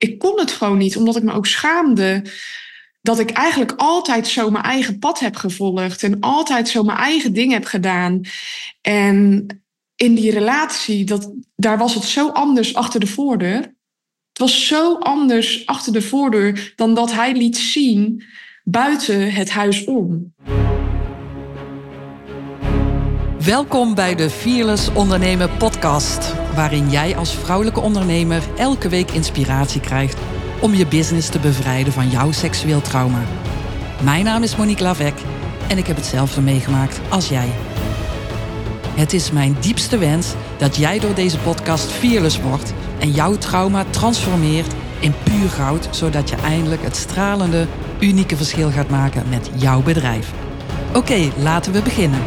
ik kon het gewoon niet, omdat ik me ook schaamde dat ik eigenlijk altijd zo mijn eigen pad heb gevolgd en altijd zo mijn eigen ding heb gedaan. En in die relatie, daar was het zo anders achter de voordeur. Het was zo anders achter de voordeur dan dat hij liet zien buiten het huis om. Welkom bij de Fearless Ondernemen podcast, waarin jij als vrouwelijke ondernemer elke week inspiratie krijgt om je business te bevrijden van jouw seksueel trauma. Mijn naam is Monique Lavec en ik heb hetzelfde meegemaakt als jij. Het is mijn diepste wens dat jij door deze podcast fearless wordt en jouw trauma transformeert in puur goud, zodat je eindelijk het stralende, unieke verschil gaat maken met jouw bedrijf. Oké, laten we beginnen.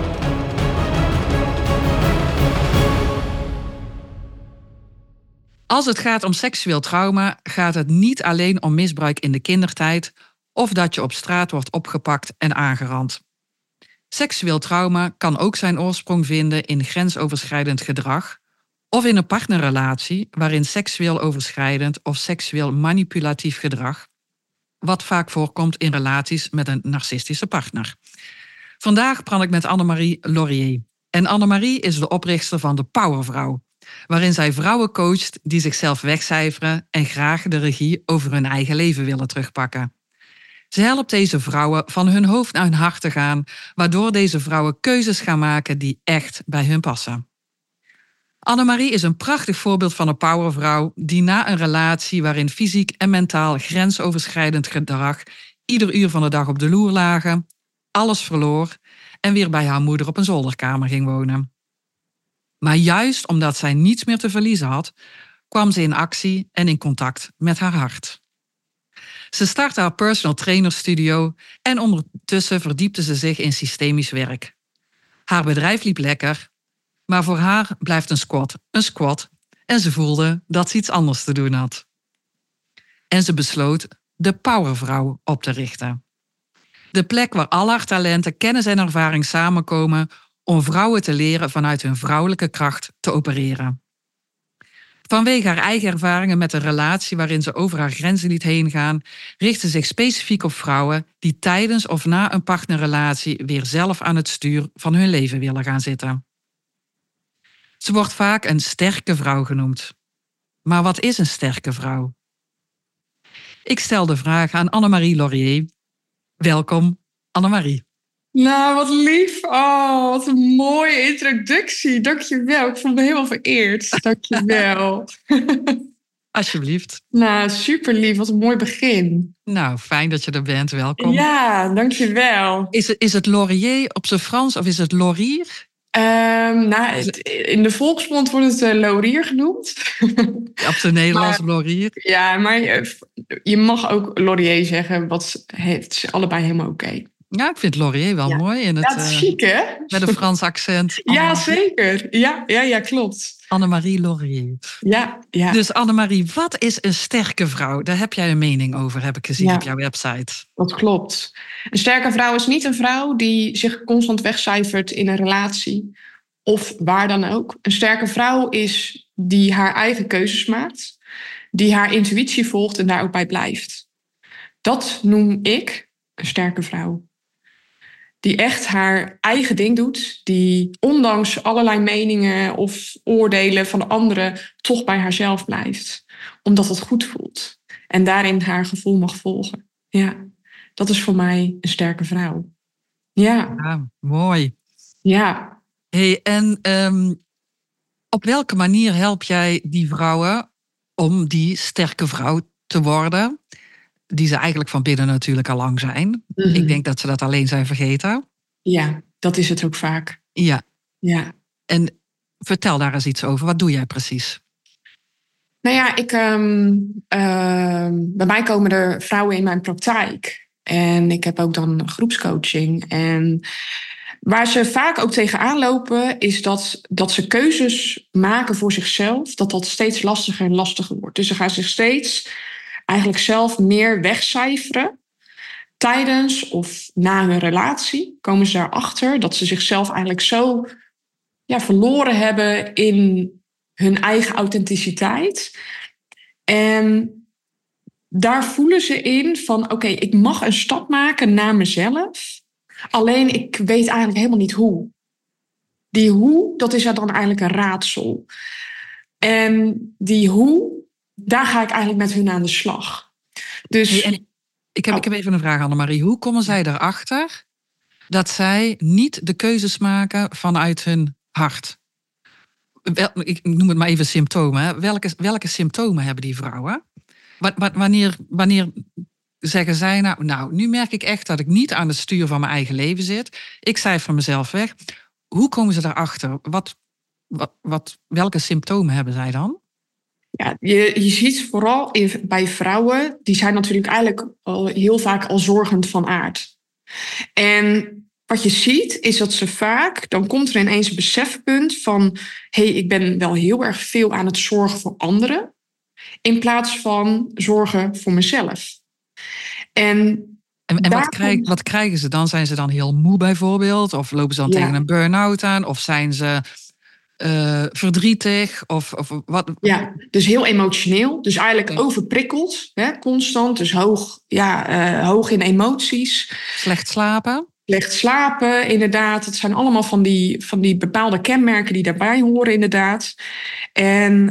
Als het gaat om seksueel trauma, gaat het niet alleen om misbruik in de kindertijd of dat je op straat wordt opgepakt en aangerand. Seksueel trauma kan ook zijn oorsprong vinden in grensoverschrijdend gedrag of in een partnerrelatie waarin seksueel overschrijdend of seksueel manipulatief gedrag, wat vaak voorkomt in relaties met een narcistische partner. Vandaag praat ik met Annemarie Laurier. En Annemarie is de oprichter van de Powervrouw, waarin zij vrouwen coacht die zichzelf wegcijferen en graag de regie over hun eigen leven willen terugpakken. Ze helpt deze vrouwen van hun hoofd naar hun hart te gaan, waardoor deze vrouwen keuzes gaan maken die echt bij hun passen. Annemarie is een prachtig voorbeeld van een powervrouw die na een relatie waarin fysiek en mentaal grensoverschrijdend gedrag ieder uur van de dag op de loer lagen, alles verloor en weer bij haar moeder op een zolderkamer ging wonen. Maar juist omdat zij niets meer te verliezen had, kwam ze in actie en in contact met haar hart. Ze startte haar personal trainer studio en ondertussen verdiepte ze zich in systemisch werk. Haar bedrijf liep lekker, maar voor haar blijft een squat en ze voelde dat ze iets anders te doen had. En ze besloot de Powervrouw op te richten. De plek waar al haar talenten, kennis en ervaring samenkomen om vrouwen te leren vanuit hun vrouwelijke kracht te opereren. Vanwege haar eigen ervaringen met een relatie waarin ze over haar grenzen liet heen gaan, richt ze zich specifiek op vrouwen die tijdens of na een partnerrelatie weer zelf aan het stuur van hun leven willen gaan zitten. Ze wordt vaak een sterke vrouw genoemd. Maar wat is een sterke vrouw? Ik stel de vraag aan Annemarie Laurier. Welkom, Annemarie. Nou, wat lief. Oh, wat een mooie introductie. Dankjewel. Ik voel me helemaal vereerd. Dankjewel. Alsjeblieft. Nou, super lief. Wat een mooi begin. Nou, fijn dat je er bent. Welkom. Ja, dankjewel. Is het Laurier op zijn Frans of is het Laurier? In de volksmond wordt het laurier genoemd. Op zijn Nederlands Laurier. Ja, maar je mag ook Laurier zeggen. Het is allebei helemaal oké. Ja, ik vind Laurier wel mooi. Dat is chic, hè? Met een Frans accent. Ja, zeker. Ja, klopt. Annemarie Laurier. Ja. Dus Annemarie, wat is een sterke vrouw? Daar heb jij een mening over, heb ik gezien op jouw website. Dat klopt. Een sterke vrouw is niet een vrouw die zich constant wegcijfert in een relatie. Of waar dan ook. Een sterke vrouw is die haar eigen keuzes maakt. Die haar intuïtie volgt en daar ook bij blijft. Dat noem ik een sterke vrouw. Die echt haar eigen ding doet. Die ondanks allerlei meningen of oordelen van anderen toch bij haarzelf blijft. Omdat het goed voelt. En daarin haar gevoel mag volgen. Ja, dat is voor mij een sterke vrouw. Ja, mooi. Ja. Hey, en op welke manier help jij die vrouwen om die sterke vrouw te worden? Die ze eigenlijk van binnen natuurlijk al lang zijn. Mm-hmm. Ik denk dat ze dat alleen zijn vergeten. Ja, dat is het ook vaak. Ja. En vertel daar eens iets over. Wat doe jij precies? Nou ja, bij mij komen er vrouwen in mijn praktijk. En ik heb ook dan groepscoaching. En waar ze vaak ook tegenaan lopen, is dat ze keuzes maken voor zichzelf. Dat steeds lastiger en lastiger wordt. Dus ze gaan zich steeds eigenlijk zelf meer wegcijferen. Tijdens of na hun relatie komen ze daarachter dat ze zichzelf eigenlijk zo verloren hebben in hun eigen authenticiteit. En daar voelen ze in van oké, ik mag een stap maken naar mezelf. Alleen ik weet eigenlijk helemaal niet hoe. Die hoe, dat is er dan eigenlijk een raadsel. En die hoe, daar ga ik eigenlijk met hun aan de slag. Dus ik heb even een vraag, Annemarie. Hoe komen zij erachter dat zij niet de keuzes maken vanuit hun hart? Ik noem het maar even symptomen. Welke symptomen hebben die vrouwen? Wanneer zeggen zij nou, nu merk ik echt dat ik niet aan het stuur van mijn eigen leven zit. Ik cijfer mezelf weg. Hoe komen ze daarachter? Welke symptomen hebben zij dan? Ja, je ziet vooral bij vrouwen, die zijn natuurlijk eigenlijk al heel vaak al zorgend van aard. En wat je ziet, is dat ze vaak, dan komt er ineens een besefpunt van, ik ben wel heel erg veel aan het zorgen voor anderen, in plaats van zorgen voor mezelf. En wat krijgen ze dan? Zijn ze dan heel moe bijvoorbeeld? Of lopen ze dan tegen een burn-out aan? Of zijn ze verdrietig? Of wat? Ja, dus heel emotioneel. Dus eigenlijk overprikkeld, constant. Dus hoog in emoties. Slecht slapen? Slecht slapen, inderdaad. Het zijn allemaal van die bepaalde kenmerken die daarbij horen, inderdaad. En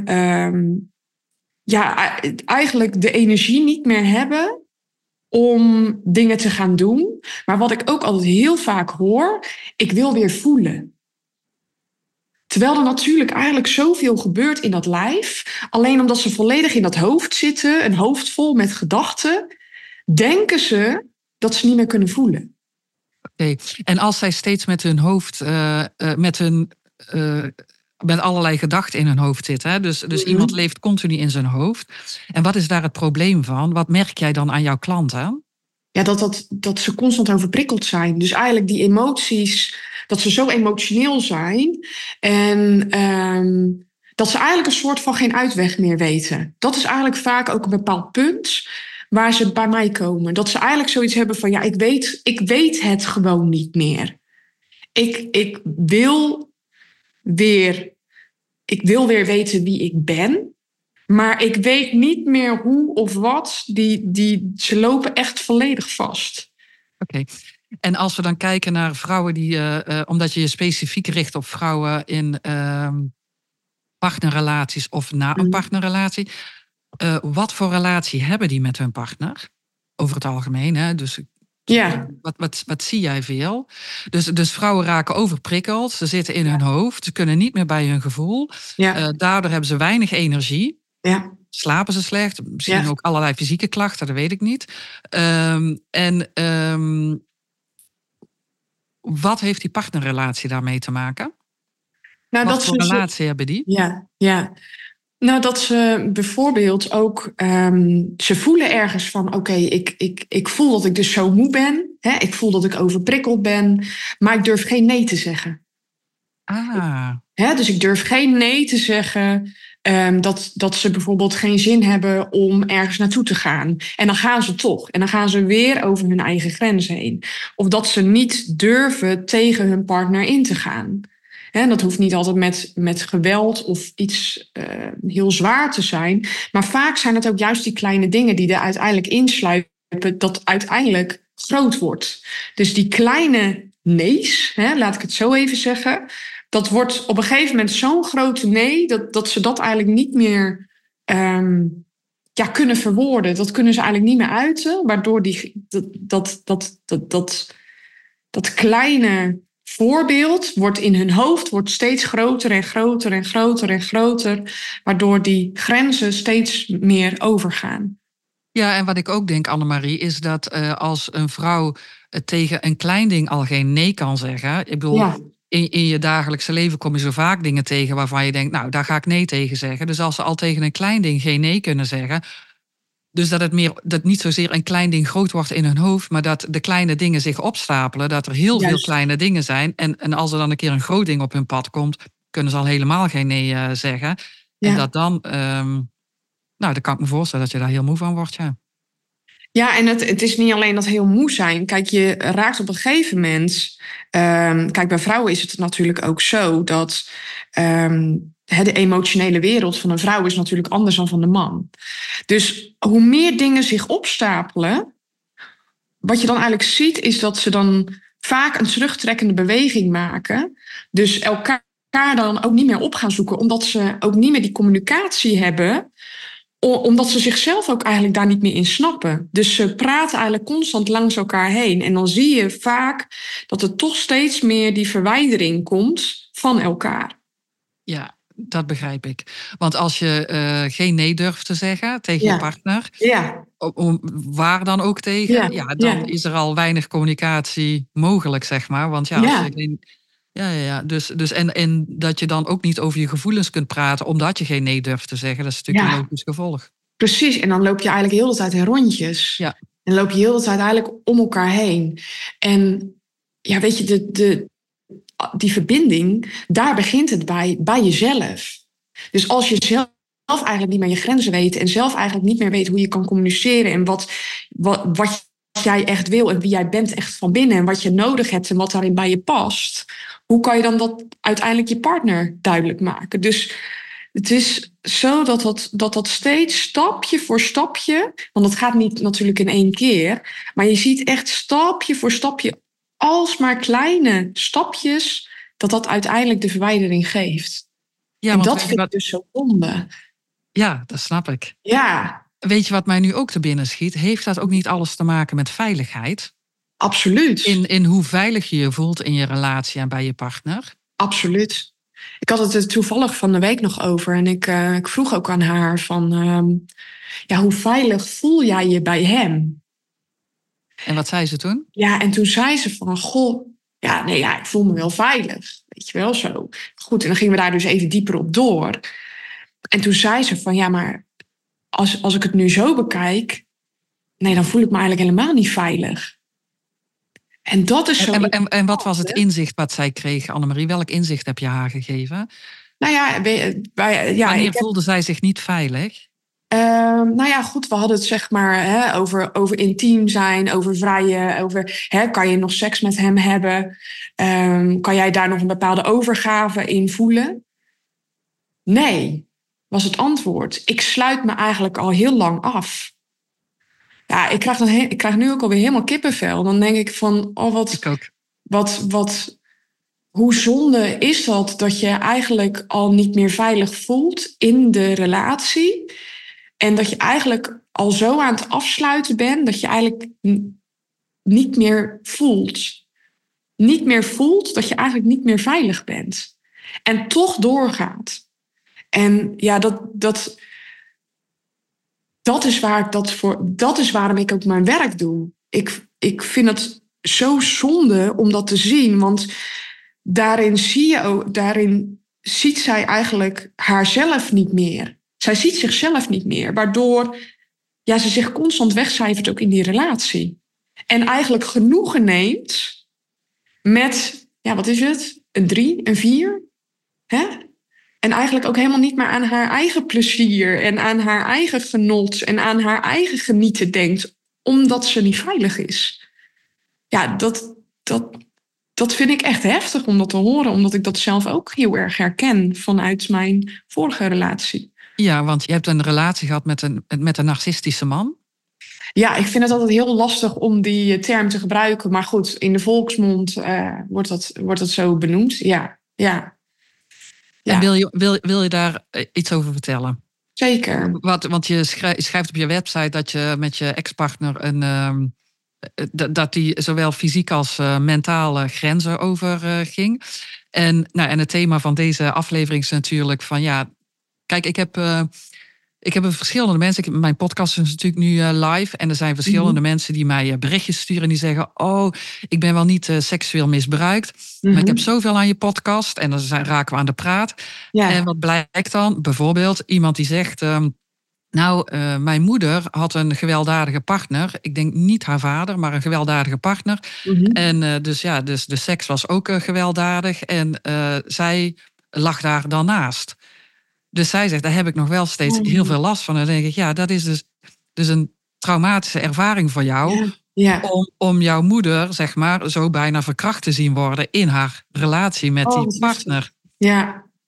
eigenlijk de energie niet meer hebben om dingen te gaan doen. Maar wat ik ook altijd heel vaak hoor, ik wil weer voelen. Terwijl er natuurlijk eigenlijk zoveel gebeurt in dat lijf. Alleen omdat ze volledig in dat hoofd zitten, een hoofd vol met gedachten, denken ze dat ze niet meer kunnen voelen. Oké. En als zij steeds met hun hoofd, met allerlei gedachten in hun hoofd zitten. Hè? Dus iemand leeft continu in zijn hoofd. En wat is daar het probleem van? Wat merk jij dan aan jouw klanten? Ja, dat ze constant overprikkeld zijn. Dus eigenlijk die emoties, dat ze zo emotioneel zijn. En dat ze eigenlijk een soort van geen uitweg meer weten. Dat is eigenlijk vaak ook een bepaald punt waar ze bij mij komen. Dat ze eigenlijk zoiets hebben van, ik weet het gewoon niet meer. Ik wil weer weten wie ik ben. Maar ik weet niet meer hoe of wat. Ze lopen echt volledig vast. Oké. En als we dan kijken naar vrouwen die, omdat je je specifiek richt op vrouwen in partnerrelaties of na een partnerrelatie. Wat voor relatie hebben die met hun partner? Over het algemeen, hè? Dus ja. Wat zie jij veel? Dus vrouwen raken overprikkeld. Ze zitten in hun hoofd. Ze kunnen niet meer bij hun gevoel. Ja. Daardoor hebben ze weinig energie. Ja. Slapen ze slecht. Misschien ook allerlei fysieke klachten. Dat weet ik niet. Wat heeft die partnerrelatie daarmee te maken? Wat voor relatie hebben die? Ja. Nou, dat ze bijvoorbeeld ook, ze voelen ergens van, oké, ik voel dat ik dus zo moe ben. Hè? Ik voel dat ik overprikkeld ben, maar ik durf geen nee te zeggen. Dus ik durf geen nee te zeggen. Dat ze bijvoorbeeld geen zin hebben om ergens naartoe te gaan. En dan gaan ze toch. En dan gaan ze weer over hun eigen grens heen. Of dat ze niet durven tegen hun partner in te gaan. Dat hoeft niet altijd met geweld of iets heel zwaar te zijn. Maar vaak zijn het ook juist die kleine dingen die er uiteindelijk insluipen, dat uiteindelijk groot wordt. Dus die kleine nee's, laat ik het zo even zeggen, dat wordt op een gegeven moment zo'n grote nee, dat ze dat eigenlijk niet meer kunnen verwoorden. Dat kunnen ze eigenlijk niet meer uiten, waardoor dat kleine voorbeeld wordt in hun hoofd wordt steeds groter en groter en groter en groter, waardoor die grenzen steeds meer overgaan. Ja, en wat ik ook denk, Annemarie, is dat als een vrouw tegen een klein ding al geen nee kan zeggen. Ik bedoel, in je dagelijkse leven kom je zo vaak dingen tegen waarvan je denkt, nou, daar ga ik nee tegen zeggen. Dus als ze al tegen een klein ding geen nee kunnen zeggen. Dus dat niet zozeer een klein ding groot wordt in hun hoofd, maar dat de kleine dingen zich opstapelen, dat er heel veel kleine dingen zijn. En als er dan een keer een groot ding op hun pad komt, kunnen ze al helemaal geen nee zeggen. Ja. En dat dan, dan kan ik me voorstellen dat je daar heel moe van wordt, ja. Ja, en het is niet alleen dat heel moe zijn. Kijk, je raakt op een gegeven moment. Kijk, bij vrouwen is het natuurlijk ook zo dat de emotionele wereld van een vrouw is natuurlijk anders dan van de man. Dus hoe meer dingen zich opstapelen, wat je dan eigenlijk ziet, is dat ze dan vaak een terugtrekkende beweging maken. Dus elkaar dan ook niet meer op gaan zoeken, omdat ze ook niet meer die communicatie hebben, omdat ze zichzelf ook eigenlijk daar niet meer in snappen. Dus ze praten eigenlijk constant langs elkaar heen. En dan zie je vaak dat er toch steeds meer die verwijdering komt van elkaar. Ja, dat begrijp ik. Want als je geen nee durft te zeggen tegen je partner, waar dan ook tegen, dan is er al weinig communicatie mogelijk, zeg maar. Want als je geen... Dus en dat je dan ook niet over je gevoelens kunt praten omdat je geen nee durft te zeggen, dat is natuurlijk een logisch gevolg. Precies, en dan loop je eigenlijk heel de tijd in rondjes. Ja. En loop je heel de tijd eigenlijk om elkaar heen. En ja, weet je, die verbinding, daar begint het bij jezelf. Dus als je zelf eigenlijk niet meer je grenzen weet en zelf eigenlijk niet meer weet hoe je kan communiceren en wat jij echt wil en wie jij bent echt van binnen en wat je nodig hebt en wat daarin bij je past, hoe kan je dan dat uiteindelijk je partner duidelijk maken? Dus het is zo dat steeds stapje voor stapje, want het gaat niet natuurlijk in 1 keer, maar je ziet echt stapje voor stapje, alsmaar kleine stapjes, dat uiteindelijk de verwijdering geeft. Ja, en dat vind ik dus zo zonde. Ja, dat snap ik. Ja. Weet je wat mij nu ook te binnen schiet? Heeft dat ook niet alles te maken met veiligheid? Absoluut. In hoe veilig je je voelt in je relatie en bij je partner? Absoluut. Ik had het er toevallig van de week nog over. En ik vroeg ook aan haar van... hoe veilig voel jij je bij hem? En wat zei ze toen? Ja, en toen zei ze van... ik voel me wel veilig. Weet je wel, zo. Goed, en dan gingen we daar dus even dieper op door. En toen zei ze van... Ja, maar als ik het nu zo bekijk... Nee, dan voel ik me eigenlijk helemaal niet veilig. En dat is zo... En wat was het inzicht wat zij kreeg, Annemarie? Welk inzicht heb je haar gegeven? Nou ja, wanneer voelde zij zich niet veilig? We hadden het zeg maar over intiem zijn, over vrije, kan je nog seks met hem hebben? Kan jij daar nog een bepaalde overgave in voelen? Nee, was het antwoord. Ik sluit me eigenlijk al heel lang af. Ja, ik krijg nu ook alweer helemaal kippenvel. Dan denk ik van, Ik ook. hoe zonde is dat je eigenlijk al niet meer veilig voelt in de relatie. En dat je eigenlijk al zo aan het afsluiten bent, dat je eigenlijk niet meer voelt. Niet meer voelt dat je eigenlijk niet meer veilig bent. En toch doorgaat. En ja, dat is waarom ik ook mijn werk doe. Ik vind het zo zonde om dat te zien. Want daarin ziet zij eigenlijk haarzelf niet meer. Zij ziet zichzelf niet meer. Waardoor ze zich constant wegcijfert ook in die relatie. En eigenlijk genoegen neemt met, wat is het? Een 3, een 4. Hè? En eigenlijk ook helemaal niet meer aan haar eigen plezier en aan haar eigen genot en aan haar eigen genieten denkt, omdat ze niet veilig is. Ja, dat vind ik echt heftig om dat te horen, omdat ik dat zelf ook heel erg herken vanuit mijn vorige relatie. Ja, want je hebt een relatie gehad met een narcistische man. Ja, ik vind het altijd heel lastig om die term te gebruiken. Maar goed, in de volksmond wordt dat zo benoemd. Ja. En wil je daar iets over vertellen? Zeker. Want je schrijft op je website dat je met je ex-partner dat die zowel fysiek als mentale grenzen overging. En het thema van deze aflevering is natuurlijk van kijk, ik heb verschillende mensen. Mijn podcast is natuurlijk nu live. En er zijn verschillende mensen die mij berichtjes sturen. En die zeggen, ik ben wel niet seksueel misbruikt. Maar ik heb zoveel aan je podcast. En dan raken we aan de praat. Ja. En wat blijkt dan? Bijvoorbeeld iemand die zegt... mijn moeder had een gewelddadige partner. Ik denk niet haar vader, maar een gewelddadige partner. En dus de seks was ook gewelddadig. En zij lag daar dan naast. Dus zij zegt, daar heb ik nog wel steeds heel veel last van. En dan denk ik, dat is dus een traumatische ervaring voor jou. Ja. Om jouw moeder, zeg maar, zo bijna verkracht te zien worden in haar relatie met die partner. Ja.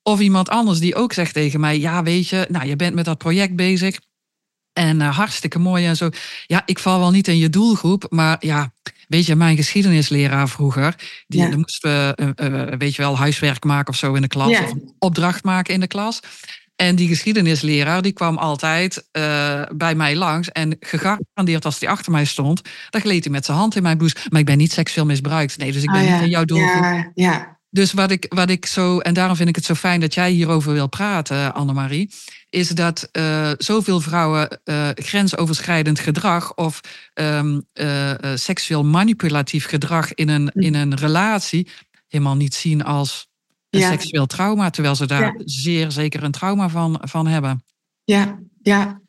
Of iemand anders die ook zegt tegen mij, ja weet je, nou je bent met dat project bezig. En hartstikke mooi en zo. Ja, ik val wel niet in je doelgroep, maar ja, weet je, mijn geschiedenisleraar vroeger, dan moesten we, weet je wel, huiswerk maken of zo in de klas, of een opdracht maken in de klas. En die geschiedenisleraar, die kwam altijd bij mij langs en gegarandeerd als die achter mij stond, dan gleed hij met zijn hand in mijn blouse. Maar ik ben niet seksueel misbruikt. Nee, dus ik ben niet in jouw doelgroep. Dus wat ik zo, en daarom vind ik het zo fijn dat jij hierover wil praten, Annemarie, is dat zoveel vrouwen grensoverschrijdend gedrag of seksueel manipulatief gedrag in een relatie helemaal niet zien als een seksueel trauma, terwijl ze daar zeer zeker een trauma van hebben. Ja.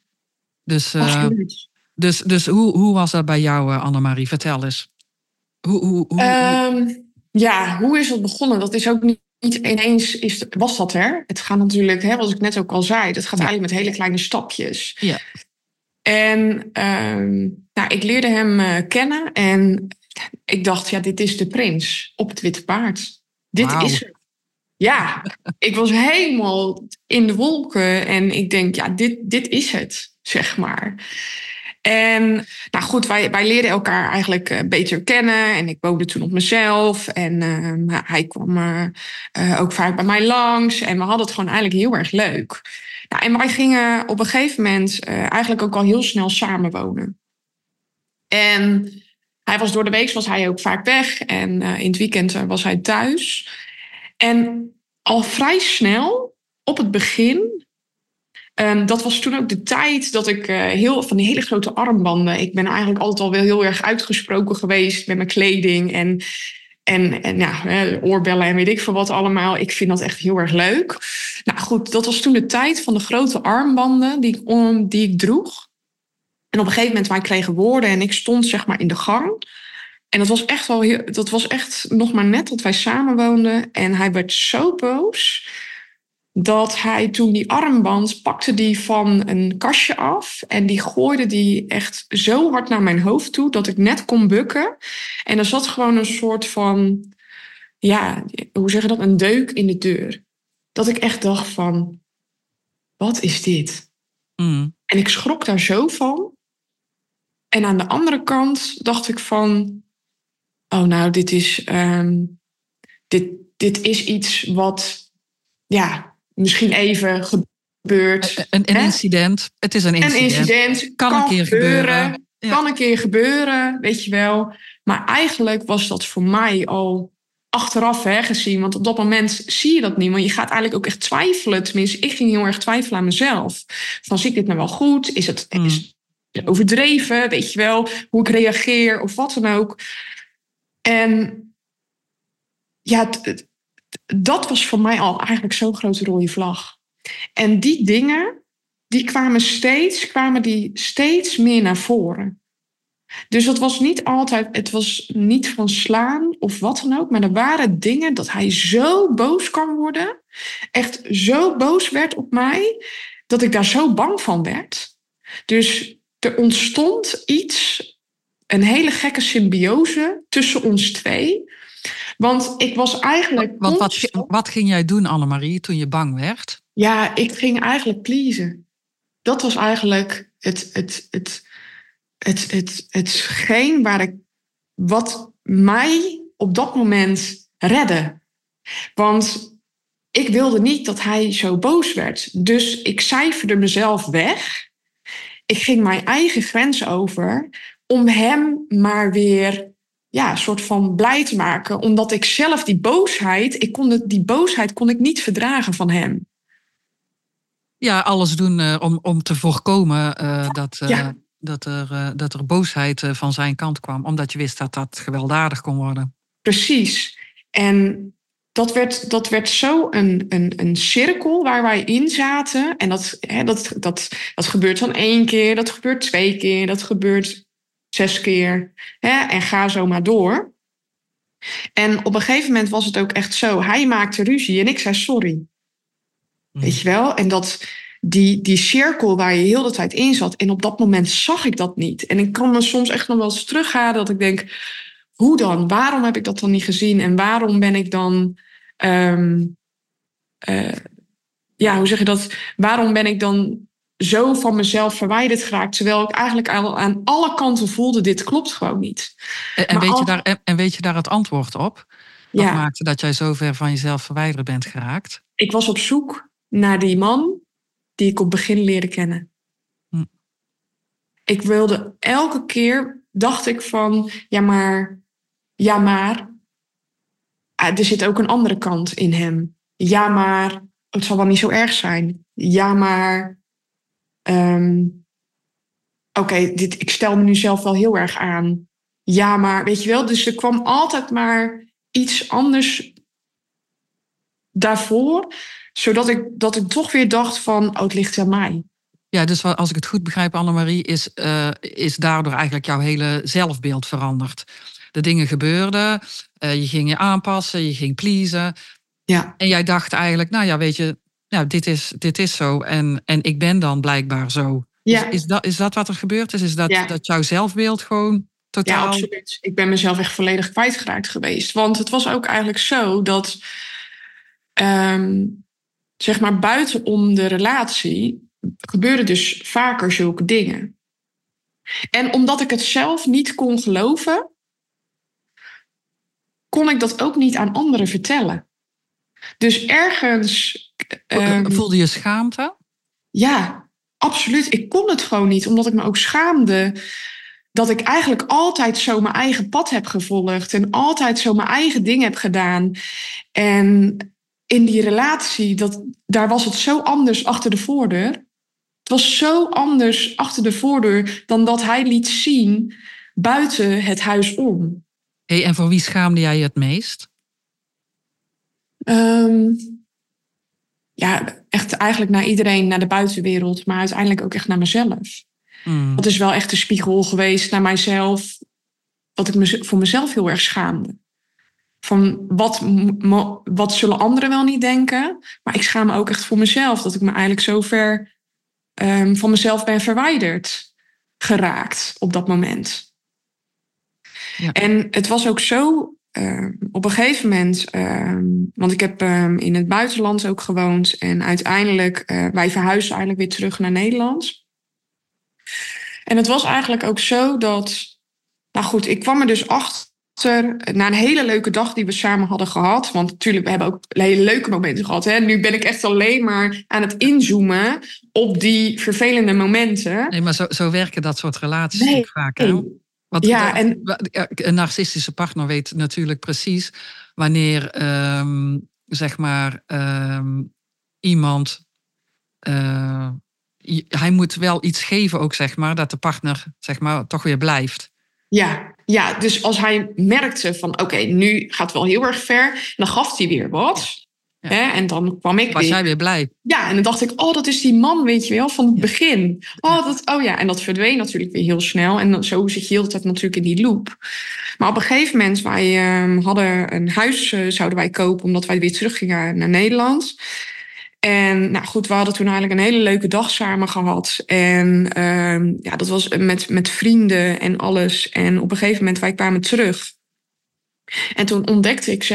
Dus hoe was dat bij jou, Annemarie? Vertel eens. Hoe is het begonnen? Dat is ook niet ineens, was dat er. Het gaat natuurlijk, zoals ik net ook al zei, dat gaat eigenlijk met hele kleine stapjes. Ja. En ik leerde hem kennen en ik dacht, dit is de prins op het witte paard. Dit is het. Ja, ik was helemaal in de wolken en ik denk, dit is het, zeg maar. En nou goed, wij leerden elkaar eigenlijk beter kennen. En ik woonde toen op mezelf. En hij kwam ook vaak bij mij langs. En we hadden het gewoon eigenlijk heel erg leuk. Nou, en wij gingen op een gegeven moment eigenlijk ook al heel snel samenwonen. En door de week was hij ook vaak weg. En in het weekend was hij thuis. En al vrij snel, op het begin, dat was toen ook de tijd dat ik van die hele grote armbanden. Ik ben eigenlijk altijd al wel heel erg uitgesproken geweest met mijn kleding. En oorbellen en weet ik veel wat allemaal. Ik vind dat echt heel erg leuk. Nou goed, dat was toen de tijd van de grote armbanden die ik droeg. En op een gegeven moment, wij kregen woorden en ik stond zeg maar in de gang. En dat was echt nog maar net dat wij samenwoonden. En hij werd zo boos dat hij toen die armband pakte die van een kastje af. En die gooide die echt zo hard naar mijn hoofd toe dat ik net kon bukken. En er zat gewoon een soort van, hoe zeg je dat? Een deuk in de deur. Dat ik echt dacht van, wat is dit? Mm. En ik schrok daar zo van. En aan de andere kant dacht ik van, oh nou, dit is iets wat, misschien even gebeurt. Een incident. Het is een incident. Kan een keer gebeuren. Kan een keer gebeuren, weet je wel. Maar eigenlijk was dat voor mij al achteraf gezien. Want op dat moment zie je dat niet. Want je gaat eigenlijk ook echt twijfelen. Tenminste, ik ging heel erg twijfelen aan mezelf. Van, zie ik dit nou wel goed? Is het overdreven? Weet je wel? Hoe ik reageer of wat dan ook. En dat was voor mij al eigenlijk zo'n grote rode vlag. En die dingen, die kwamen steeds meer naar voren. Dus het was niet altijd, het was niet van slaan of wat dan ook. Maar er waren dingen dat hij zo boos kan worden. Echt zo boos werd op mij. Dat ik daar zo bang van werd. Dus er ontstond een hele gekke symbiose tussen ons twee. Want ik was eigenlijk... Wat ging jij doen, Annemarie, toen je bang werd? Ja, ik ging eigenlijk pleasen. Dat was eigenlijk hetgeen wat mij op dat moment redde. Want ik wilde niet dat hij zo boos werd. Dus ik cijferde mezelf weg. Ik ging mijn eigen grens over om hem maar weer soort van blij te maken. Omdat ik zelf die boosheid kon ik niet verdragen van hem. Ja, alles doen om te voorkomen dat er boosheid van zijn kant kwam. Omdat je wist dat dat gewelddadig kon worden. Precies. En dat werd zo een cirkel waar wij in zaten. En dat gebeurt dan 1 keer, dat gebeurt 2 keer, dat gebeurt 6 keer. En ga zo maar door. En op een gegeven moment was het ook echt zo. Hij maakte ruzie en ik zei sorry. Weet je wel? En dat die cirkel waar je heel de tijd in zat. En op dat moment zag ik dat niet. En ik kan me soms echt nog wel eens terughalen dat ik denk, hoe dan? Waarom heb ik dat dan niet gezien? En waarom ben ik dan hoe zeg je dat? Waarom ben ik dan zo van mezelf verwijderd geraakt, terwijl ik eigenlijk al aan alle kanten voelde, dit klopt gewoon niet. En weet je daar het antwoord op? Wat maakte dat jij zo ver van jezelf verwijderd bent geraakt? Ik was op zoek naar die man die ik op het begin leerde kennen. Ik wilde elke keer, dacht ik van, ja maar, er zit ook een andere kant in hem. Ja maar, het zal wel niet zo erg zijn. Ja maar, ik stel me nu zelf wel heel erg aan. Ja maar, weet je wel, dus er kwam altijd maar iets anders daarvoor, zodat ik toch weer dacht van, het ligt aan mij. Ja, dus als ik het goed begrijp, Annemarie, is daardoor eigenlijk jouw hele zelfbeeld veranderd. De dingen gebeurden, je ging je aanpassen, je ging pleasen. Ja. En jij dacht eigenlijk, weet je, dit is zo en ik ben dan blijkbaar zo. Ja. Is dat wat er gebeurd is? Is dat jouw zelfbeeld gewoon totaal... Ja, absoluut. Ik ben mezelf echt volledig kwijtgeraakt geweest. Want het was ook eigenlijk zo dat, zeg maar, buitenom de relatie gebeurden dus vaker zulke dingen. En omdat ik het zelf niet kon geloven, kon ik dat ook niet aan anderen vertellen. Dus ergens... Voelde je schaamte? Ja, absoluut. Ik kon het gewoon niet, omdat ik me ook schaamde dat ik eigenlijk altijd zo mijn eigen pad heb gevolgd en altijd zo mijn eigen ding heb gedaan. En in die relatie, daar was het zo anders achter de voordeur. Het was zo anders achter de voordeur dan dat hij liet zien buiten het huis om. Hey, en voor wie schaamde jij je het meest? Echt eigenlijk naar iedereen, naar de buitenwereld, maar uiteindelijk ook echt naar mezelf. Dat is wel echt een spiegel geweest naar mijzelf, wat ik voor mezelf heel erg schaamde. Van wat zullen anderen wel niet denken? Maar ik schaam me ook echt voor mezelf, dat ik me eigenlijk zo ver van mezelf ben verwijderd geraakt op dat moment. Ja. En het was ook zo, op een gegeven moment, want ik heb in het buitenland ook gewoond en uiteindelijk, wij verhuisden eigenlijk weer terug naar Nederland. En het was eigenlijk ook zo dat, ik kwam er dus achter na een hele leuke dag die we samen hadden gehad. Want natuurlijk, we hebben ook hele leuke momenten gehad. Hè? Nu ben ik echt alleen maar aan het inzoomen op die vervelende momenten. Nee, maar zo werken dat soort relaties vaak. Hè? Want een narcistische partner weet natuurlijk precies wanneer iemand... hij moet wel iets geven ook, zeg maar, dat de partner toch weer blijft. Ja, dus als hij merkte van oké, nu gaat het wel heel erg ver, dan gaf hij weer wat. Ja. Hè? En dan kwam ik was jij weer blij. Ja, en dan dacht ik, dat is die man, weet je wel, van het begin. En dat verdween natuurlijk weer heel snel. En zo zit je de hele tijd natuurlijk in die loop. Maar op een gegeven moment, wij hadden een huis, zouden wij kopen, omdat wij weer terug gingen naar Nederland. En we hadden toen eigenlijk een hele leuke dag samen gehad. En dat was met vrienden en alles. En op een gegeven moment, wij kwamen terug. En toen ontdekte ik,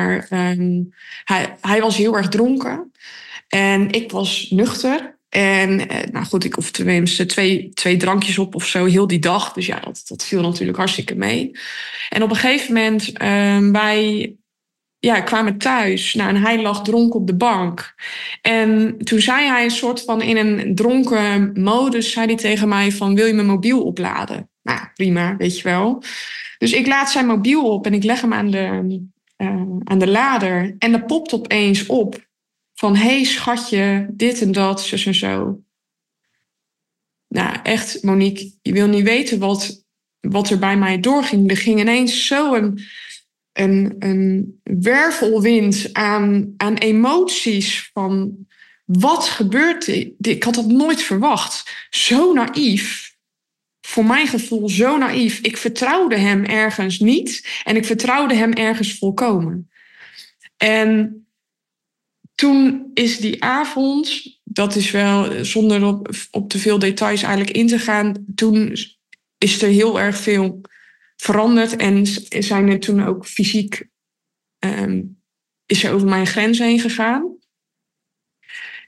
hij was heel erg dronken. En ik was nuchter. En ik of tenminste twee drankjes op of zo, heel die dag. Dus ja, dat viel natuurlijk hartstikke mee. En op een gegeven moment, wij kwamen thuis. En hij lag dronken op de bank. En toen zei hij een soort van in een dronken modus, zei hij tegen mij van, wil je mijn mobiel opladen? Nou, prima, weet je wel. Dus ik laat zijn mobiel op en ik leg hem aan de lader. En er popt opeens op van, hey schatje, dit en dat, zus en zo. Nou, echt, Monique, je wil niet weten wat er bij mij doorging. Er ging ineens zo een wervelwind aan emoties van, wat gebeurt er? Ik had dat nooit verwacht. Zo naïef. Voor mijn gevoel zo naïef. Ik vertrouwde hem ergens niet. En ik vertrouwde hem ergens volkomen. En toen is die avond, dat is wel zonder op te veel details eigenlijk in te gaan. Toen is er heel erg veel veranderd. En zijn er toen ook fysiek is er over mijn grens heen gegaan.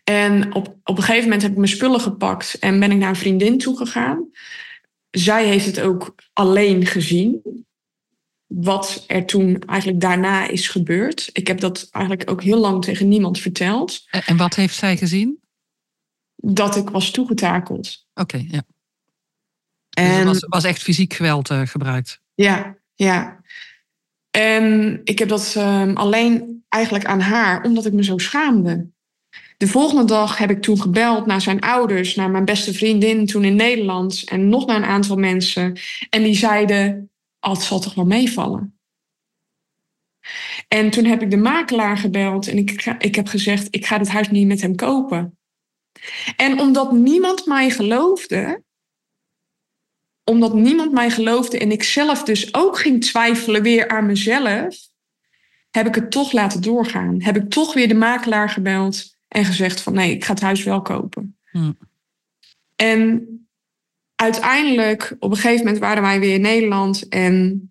En op een gegeven moment heb ik mijn spullen gepakt en ben ik naar een vriendin toegegaan. Zij heeft het ook alleen gezien. Wat er toen eigenlijk daarna is gebeurd. Ik heb dat eigenlijk ook heel lang tegen niemand verteld. En wat heeft zij gezien? Dat ik was toegetakeld. Oké, ja. En Dus er was echt fysiek geweld gebruikt? Ja. En ik heb dat alleen eigenlijk aan haar, omdat ik me zo schaamde. De volgende dag heb ik toen gebeld naar zijn ouders, naar mijn beste vriendin toen in Nederland en nog naar een aantal mensen. En die zeiden, het zal toch wel meevallen. En toen heb ik de makelaar gebeld en ik heb gezegd, ik ga dit huis niet met hem kopen. En omdat niemand mij geloofde en ik zelf dus ook ging twijfelen weer aan mezelf, heb ik het toch laten doorgaan. Heb ik toch weer de makelaar gebeld en gezegd van nee, ik ga het huis wel kopen. En uiteindelijk, op een gegeven moment waren wij weer in Nederland. En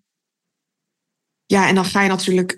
dan ga je natuurlijk,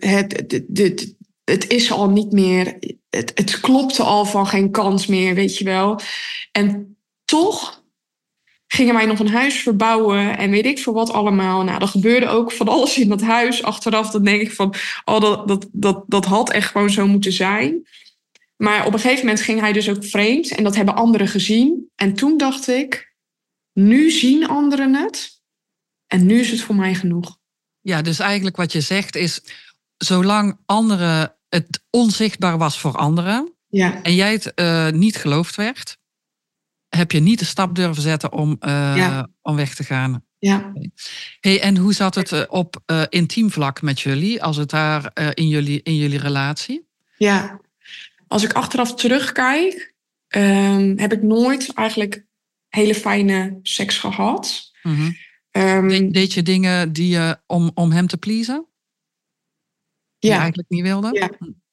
het is al niet meer, het klopte al van geen kans meer, weet je wel. En toch gingen wij nog een huis verbouwen en weet ik veel wat allemaal. Nou, er gebeurde ook van alles in dat huis. Achteraf dan denk ik van, dat had echt gewoon zo moeten zijn. Maar op een gegeven moment ging hij dus ook vreemd. En dat hebben anderen gezien. En toen dacht ik, nu zien anderen het. En nu is het voor mij genoeg. Ja, dus eigenlijk wat je zegt is, zolang anderen het onzichtbaar was voor anderen. Ja. En jij het niet geloofd werd, heb je niet de stap durven zetten om weg te gaan. Ja. Hey, en hoe zat het op intiem vlak met jullie, als het daar in jullie relatie? Ja, als ik achteraf terugkijk, heb ik nooit eigenlijk hele fijne seks gehad. Deed je dingen die je om hem te pleasen? Die je eigenlijk niet wilde?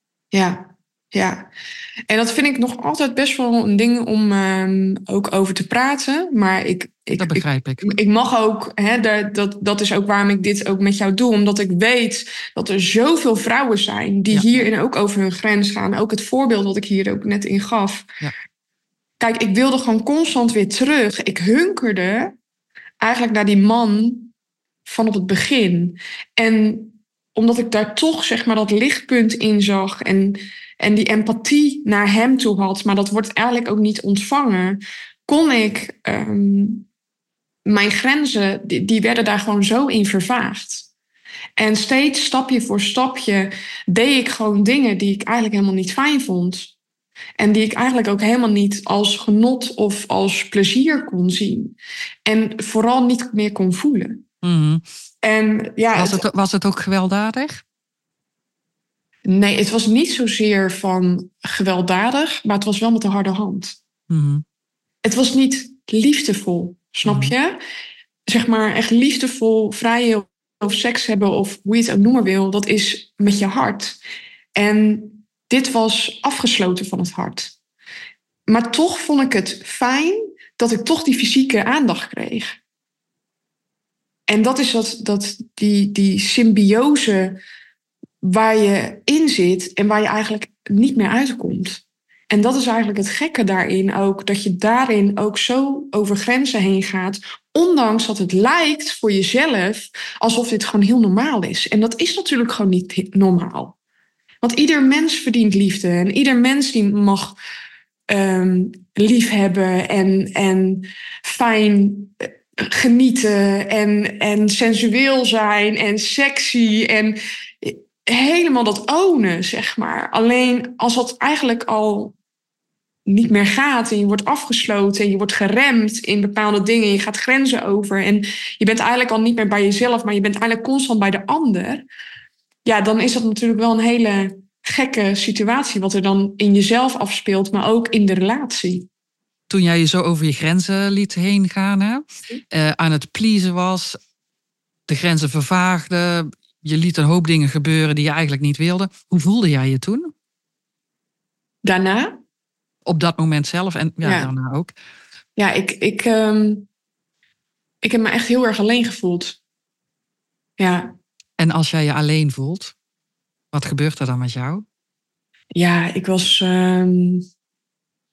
Ja. En dat vind ik nog altijd best wel een ding om ook over te praten. Maar dat begrijp ik. Ik mag ook, dat is ook waarom ik dit ook met jou doe. Omdat ik weet dat er zoveel vrouwen zijn die hierin ook over hun grens gaan. Ook het voorbeeld dat ik hier ook net in gaf. Ja. Kijk, ik wilde gewoon constant weer terug. Ik hunkerde eigenlijk naar die man van op het begin. En omdat ik daar toch zeg maar dat lichtpunt in zag en die empathie naar hem toe had, maar dat wordt eigenlijk ook niet ontvangen, kon ik mijn grenzen, die werden daar gewoon zo in vervaagd. En steeds stapje voor stapje deed ik gewoon dingen die ik eigenlijk helemaal niet fijn vond. En die ik eigenlijk ook helemaal niet als genot of als plezier kon zien. En vooral niet meer kon voelen. Mm-hmm. En was het ook gewelddadig? Nee, het was niet zozeer van gewelddadig, maar het was wel met de harde hand. Mm-hmm. Het was niet liefdevol, snap je? Zeg maar echt liefdevol, vrije of seks hebben of hoe je het ook noemen wil, dat is met je hart. En dit was afgesloten van het hart. Maar toch vond ik het fijn dat ik toch die fysieke aandacht kreeg. En dat is die symbiose waar je in zit en waar je eigenlijk niet meer uitkomt. En dat is eigenlijk het gekke daarin ook, dat je daarin ook zo over grenzen heen gaat, ondanks dat het lijkt voor jezelf alsof dit gewoon heel normaal is. En dat is natuurlijk gewoon niet normaal. Want ieder mens verdient liefde en ieder mens die mag liefhebben en fijn genieten en sensueel zijn en sexy en helemaal dat ownen, zeg maar. Alleen als dat eigenlijk al niet meer gaat en je wordt afgesloten en je wordt geremd in bepaalde dingen, je gaat grenzen over en je bent eigenlijk al niet meer bij jezelf, maar je bent eigenlijk constant bij de ander. Ja, dan is dat natuurlijk wel een hele gekke situatie wat er dan in jezelf afspeelt, maar ook in de relatie. Toen jij je zo over je grenzen liet heen gaan, aan het pleasen was, de grenzen vervaagde, je liet een hoop dingen gebeuren die je eigenlijk niet wilde. Hoe voelde jij je toen? Daarna? Op dat moment zelf en daarna ook. Ja, ik heb me echt heel erg alleen gevoeld. Ja. En als jij je alleen voelt, wat gebeurt er dan met jou? Ja, ik was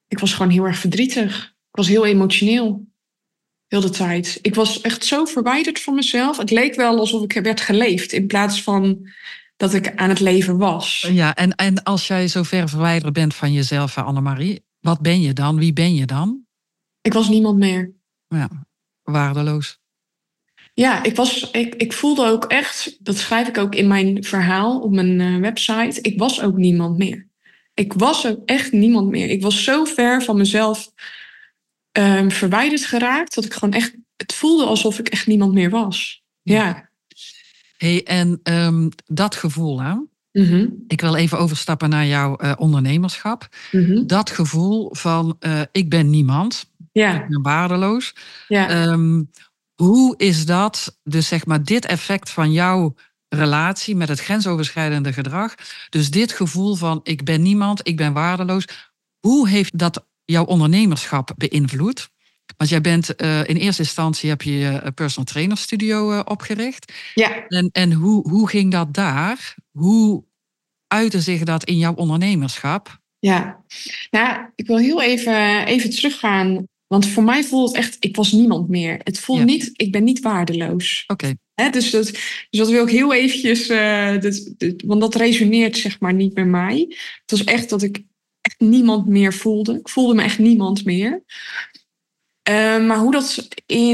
Ik was gewoon heel erg verdrietig. Ik was heel emotioneel. Heel de tijd. Ik was echt zo verwijderd van mezelf. Het leek wel alsof ik werd geleefd. In plaats van dat ik aan het leven was. Ja, en als jij zo ver verwijderd bent van jezelf, Annemarie, wat ben je dan? Wie ben je dan? Ik was niemand meer. Ja, waardeloos. Ja, ik voelde ook echt, dat schrijf ik ook in mijn verhaal op mijn website, ik was ook niemand meer. Ik was ook echt niemand meer. Ik was zo ver van mezelf verwijderd geraakt, dat ik gewoon echt, het voelde alsof ik echt niemand meer was. Ja. Hey, en dat gevoel, hè? Mm-hmm. Ik wil even overstappen naar jouw ondernemerschap. Mm-hmm. Dat gevoel van ik ben niemand, Ja. ik ben waardeloos. Ja. Hoe is dat, dus zeg maar dit effect van jouw relatie met het grensoverschrijdende gedrag, dus dit gevoel van ik ben niemand, ik ben waardeloos, hoe heeft dat jouw ondernemerschap beïnvloed? Want jij bent in eerste instantie heb je je personal trainer studio opgericht. Ja. En hoe ging dat daar? Hoe uitte zich dat in jouw ondernemerschap? Ja. Nou, ik wil heel even teruggaan. Want voor mij voelde het echt, ik was niemand meer. Het voelde niet, ik ben niet waardeloos. Oké. Dus dat wil ik heel eventjes, want dat resoneert zeg maar niet bij mij. Het was echt dat ik echt niemand meer voelde. Ik voelde me echt niemand meer. Maar hoe dat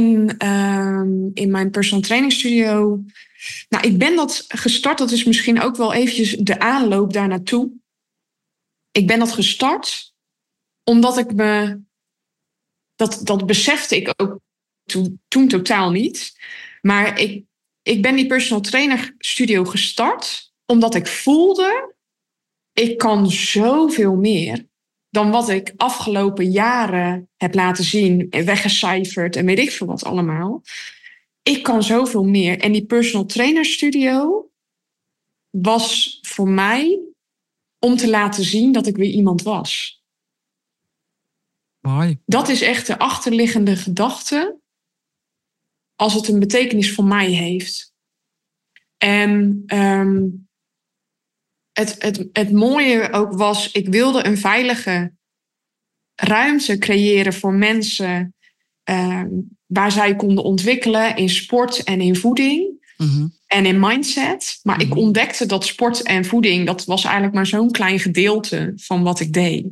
in mijn personal training studio. Nou, ik ben dat gestart. Dat is misschien ook wel eventjes de aanloop daar naartoe. Ik ben dat gestart omdat ik me. Dat besefte ik ook toen totaal niet. Maar ik ben die personal trainer studio gestart omdat ik voelde, ik kan zoveel meer dan wat ik afgelopen jaren heb laten zien en weggecijferd en weet ik veel wat allemaal. Ik kan zoveel meer. En die personal trainer studio was voor mij om te laten zien dat ik weer iemand was. Mooi. Dat is echt de achterliggende gedachte als het een betekenis voor mij heeft. En het mooie ook was, ik wilde een veilige ruimte creëren voor mensen waar zij konden ontwikkelen in sport en in voeding. Mm-hmm. En in mindset. Maar ik ontdekte dat sport en voeding, dat was eigenlijk maar zo'n klein gedeelte van wat ik deed.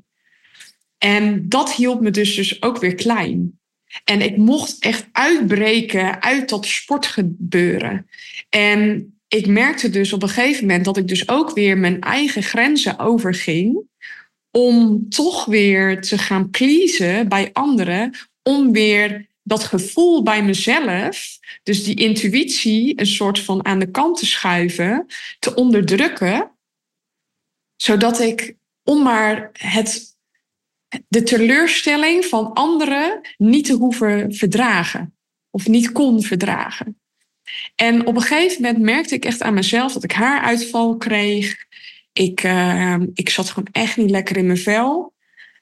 En dat hield me dus ook weer klein. En ik mocht echt uitbreken uit dat sportgebeuren. En ik merkte dus op een gegeven moment dat ik dus ook weer mijn eigen grenzen overging. Om toch weer te gaan pleasen bij anderen. Om weer dat gevoel bij mezelf, dus die intuïtie, een soort van aan de kant te schuiven, te onderdrukken. Zodat ik, om maar de teleurstelling van anderen niet te hoeven verdragen. Of niet kon verdragen. En op een gegeven moment merkte ik echt aan mezelf dat ik haaruitval kreeg. Ik zat gewoon echt niet lekker in mijn vel.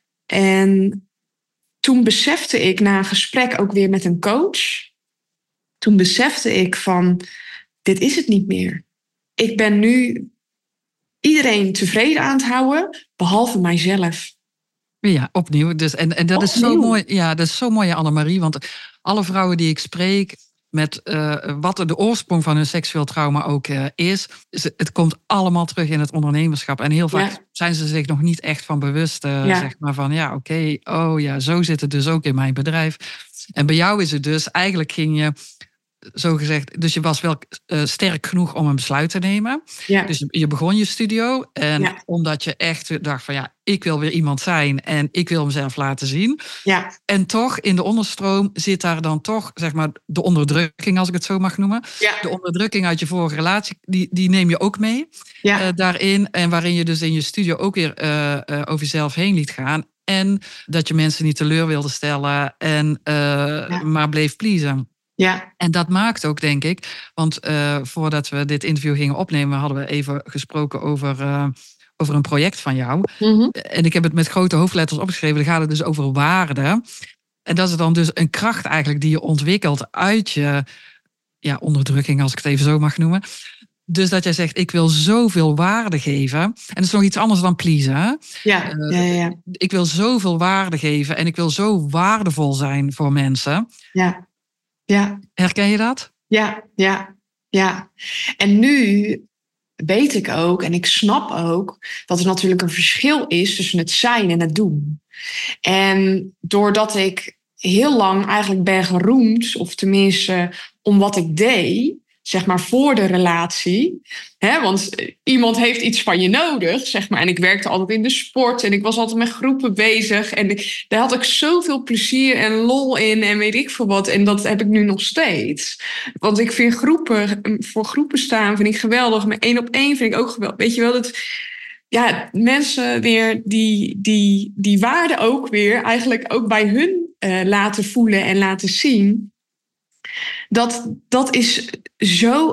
En toen besefte ik na een gesprek ook weer met een coach. Toen besefte ik van, dit is het niet meer. Ik ben nu iedereen tevreden aan het houden, behalve mijzelf. Ja, opnieuw. Dus, en dat is zo mooi. Ja, dat is zo mooi, Annemarie. Want alle vrouwen die ik spreek, met wat de oorsprong van hun seksueel trauma ook is, het komt allemaal terug in het ondernemerschap. En heel vaak zijn ze zich nog niet echt van bewust, zeg maar van oh ja, zo zit het dus ook in mijn bedrijf. En bij jou is het dus, eigenlijk ging je, zo gezegd, dus je was wel sterk genoeg om een besluit te nemen. Ja. Dus je begon je studio. En omdat je echt dacht van ik wil weer iemand zijn en ik wil mezelf laten zien. Ja. En toch in de onderstroom zit daar dan toch, zeg maar, de onderdrukking, als ik het zo mag noemen. Ja. De onderdrukking uit je vorige relatie, die neem je ook mee daarin. En waarin je dus in je studio ook weer over jezelf heen liet gaan. En dat je mensen niet teleur wilde stellen en maar bleef pleasen. Ja. En dat maakt ook, denk ik, want voordat we dit interview gingen opnemen, hadden we even gesproken over een project van jou. Mm-hmm. En ik heb het met grote hoofdletters opgeschreven. Dan gaat het dus over waarde. En dat is dan dus een kracht eigenlijk die je ontwikkelt uit je onderdrukking, als ik het even zo mag noemen. Dus dat jij zegt, ik wil zoveel waarde geven. En dat is nog iets anders dan pleasen. Hè? Ja. Ik wil zoveel waarde geven en ik wil zo waardevol zijn voor mensen. Ja. Herken je dat? Ja. En nu weet ik ook en ik snap ook dat er natuurlijk een verschil is tussen het zijn en het doen. En doordat ik heel lang eigenlijk ben geroemd, of tenminste om wat ik deed, zeg maar voor de relatie. Want iemand heeft iets van je nodig, zeg maar. En ik werkte altijd in de sport en ik was altijd met groepen bezig. En daar had ik zoveel plezier en lol in en weet ik veel wat. En dat heb ik nu nog steeds. Want ik vind voor groepen staan vind ik geweldig. Maar 1-op-1 vind ik ook geweldig. Weet je wel, mensen weer die waarde ook weer eigenlijk ook bij hun laten voelen en laten zien. Dat is zo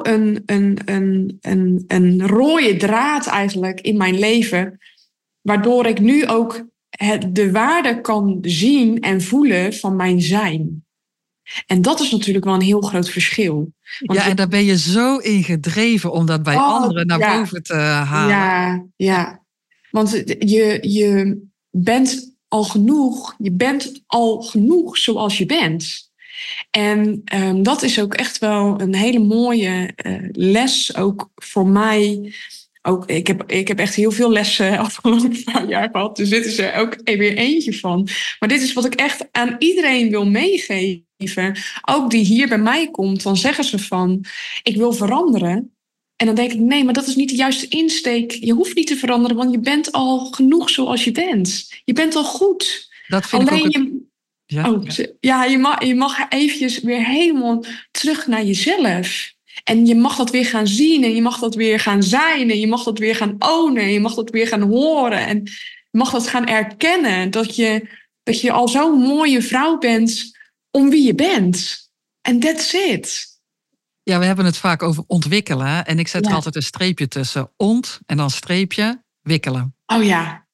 een rode draad eigenlijk in mijn leven. Waardoor ik nu ook de waarde kan zien en voelen van mijn zijn. En dat is natuurlijk wel een heel groot verschil. Want en daar ben je zo in gedreven om dat bij anderen naar boven te halen. Ja. Want je bent al genoeg. Je bent al genoeg zoals je bent. En dat is ook echt wel een hele mooie les, ook voor mij. Ook, ik heb echt heel veel lessen afgelopen paar jaar gehad. Dus dit is er ook weer eentje van. Maar dit is wat ik echt aan iedereen wil meegeven. Ook die hier bij mij komt, dan zeggen ze van, ik wil veranderen. En dan denk ik, nee, maar dat is niet de juiste insteek. Je hoeft niet te veranderen, want je bent al genoeg zoals je bent. Je bent al goed. Dat vind Alleen ik ook je mag eventjes weer helemaal terug naar jezelf. En je mag dat weer gaan zien en je mag dat weer gaan zijn. En je mag dat weer gaan ownen en je mag dat weer gaan horen. En je mag dat gaan erkennen. Dat je al zo'n mooie vrouw bent om wie je bent. En that's it. Ja, we hebben het vaak over ontwikkelen. En ik zet er altijd een streepje tussen. En dan streepje, wikkelen. Oh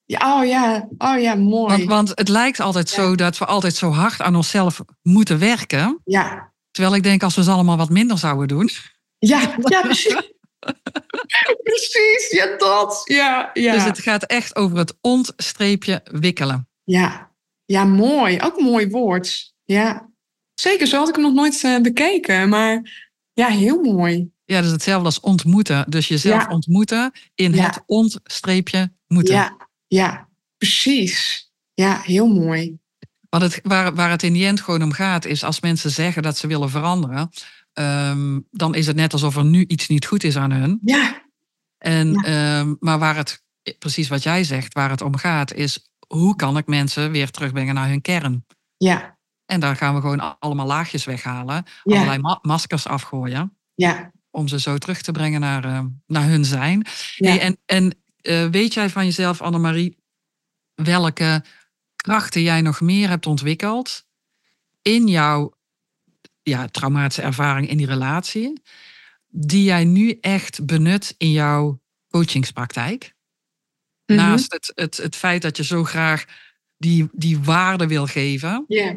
ja, mooi. Want het lijkt altijd zo dat we altijd zo hard aan onszelf moeten werken. Ja. Terwijl ik denk, als we ze allemaal wat minder zouden doen. Ja, precies. Precies, ja, dat. Ja. Dus het gaat echt over het ontstreepje wikkelen. Ja, mooi. Ook een mooi woord. Ja. Zeker, zo had ik hem nog nooit bekeken. Maar ja, heel mooi. Ja, dus hetzelfde als ontmoeten. Dus jezelf ontmoeten in het ontstreepje moeten. Ja, precies. Ja, heel mooi. Want waar het in die end gewoon om gaat, is als mensen zeggen dat ze willen veranderen, dan is het net alsof er nu iets niet goed is aan hun. Ja. Maar waar het, precies wat jij zegt, waar het om gaat, is hoe kan ik mensen weer terugbrengen naar hun kern? Ja. En daar gaan we gewoon allemaal laagjes weghalen, allerlei maskers afgooien. Ja. Om ze zo terug te brengen naar hun zijn. Ja. Hey, en weet jij van jezelf, Annemarie, welke krachten jij nog meer hebt ontwikkeld in jouw traumatische ervaring in die relatie, die jij nu echt benut in jouw coachingspraktijk? Mm-hmm. Naast het feit dat je zo graag die waarde wil geven. Ja.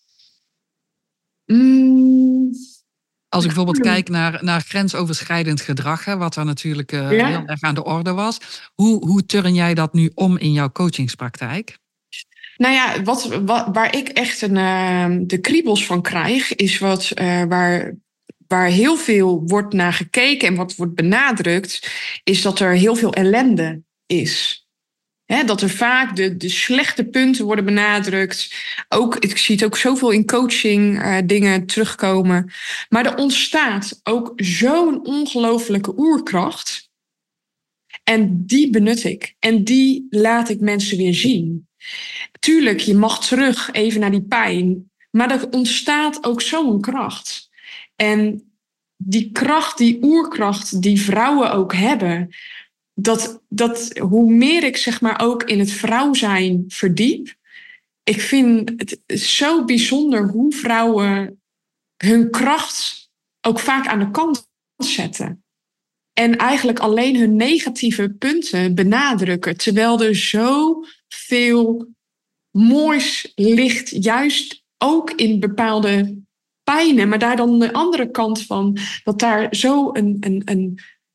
Als ik bijvoorbeeld kijk naar grensoverschrijdend gedrag, wat er natuurlijk heel erg aan de orde was. Hoe turn jij dat nu om in jouw coachingspraktijk? Nou ja, waar ik echt de kriebels van krijg, is waar heel veel wordt naar gekeken en wat wordt benadrukt, is dat er heel veel ellende is. Dat er vaak de slechte punten worden benadrukt. Ik zie het ook zoveel in coaching dingen terugkomen. Maar er ontstaat ook zo'n ongelofelijke oerkracht. En die benut ik. En die laat ik mensen weer zien. Tuurlijk, je mag terug even naar die pijn. Maar er ontstaat ook zo'n kracht. En die kracht, die oerkracht die vrouwen ook hebben, dat hoe meer ik zeg maar ook in het vrouw zijn verdiep, ik vind het zo bijzonder hoe vrouwen hun kracht ook vaak aan de kant zetten. En eigenlijk alleen hun negatieve punten benadrukken. Terwijl er zoveel moois ligt, juist ook in bepaalde pijnen. Maar daar dan de andere kant van, dat daar zo een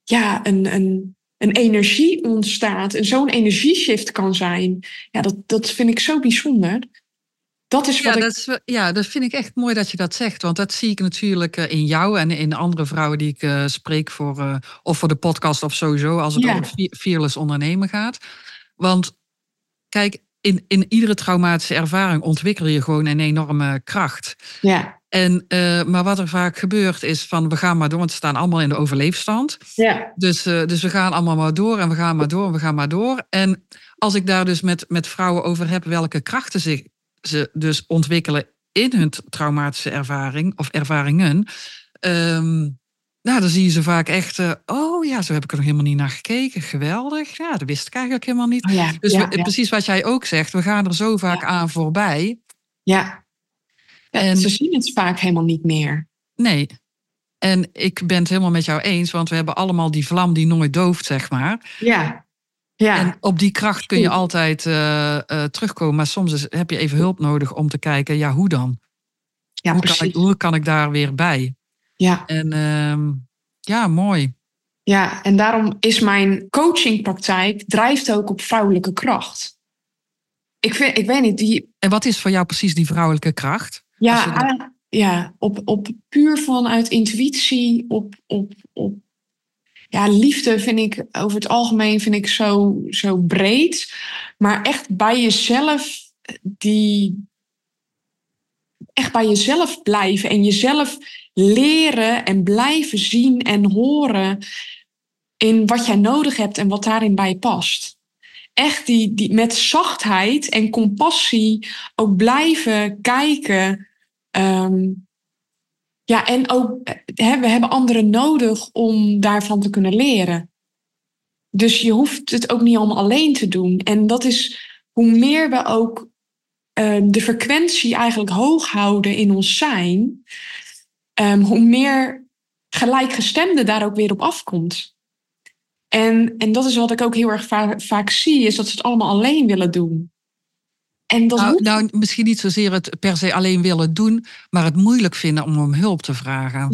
een energie ontstaat. En zo'n energieshift kan zijn. Ja, dat vind ik zo bijzonder. Dat is wat dat vind ik echt mooi dat je dat zegt. Want dat zie ik natuurlijk in jou en in andere vrouwen die ik spreek voor... of voor de podcast of sowieso als het over fearless ondernemen gaat. Want kijk, in iedere traumatische ervaring ontwikkel je gewoon een enorme kracht. Ja. Maar wat er vaak gebeurt is van we gaan maar door, want ze staan allemaal in de overleefstand. Ja. Dus we gaan allemaal maar door en we gaan maar door en we gaan maar door. En als ik daar dus met vrouwen over heb welke krachten ze dus ontwikkelen in hun traumatische ervaring of ervaringen. Dan zie je ze vaak echt, oh ja, zo heb ik er nog helemaal niet naar gekeken. Geweldig, ja, dat wist ik eigenlijk helemaal niet. Precies wat jij ook zegt, we gaan er zo vaak aan voorbij. Ja. En ze zien het vaak helemaal niet meer. Nee. En ik ben het helemaal met jou eens, want we hebben allemaal die vlam die nooit dooft, zeg maar. Ja. Ja. En op die kracht kun je altijd terugkomen. Maar soms heb je even hulp nodig om te kijken, ja, hoe dan? Ja, hoe kan ik daar weer bij? Ja. En mooi. Ja, en daarom is mijn coachingpraktijk drijft ook op vrouwelijke kracht. Ik weet niet, En wat is voor jou precies die vrouwelijke kracht? Op puur vanuit intuïtie, liefde vind ik over het algemeen zo breed. Maar echt bij jezelf echt bij jezelf blijven en jezelf leren en blijven zien en horen in wat jij nodig hebt en wat daarin bij je past. Echt die met zachtheid en compassie ook blijven kijken. En ook, we hebben anderen nodig om daarvan te kunnen leren. Dus je hoeft het ook niet allemaal alleen te doen. En dat is hoe meer we ook de frequentie eigenlijk hoog houden in ons zijn, hoe meer gelijkgestemde daar ook weer op afkomt. En dat is wat ik ook heel erg vaak zie, is dat ze het allemaal alleen willen doen. En dat misschien niet zozeer het per se alleen willen doen, maar het moeilijk vinden om hulp te vragen.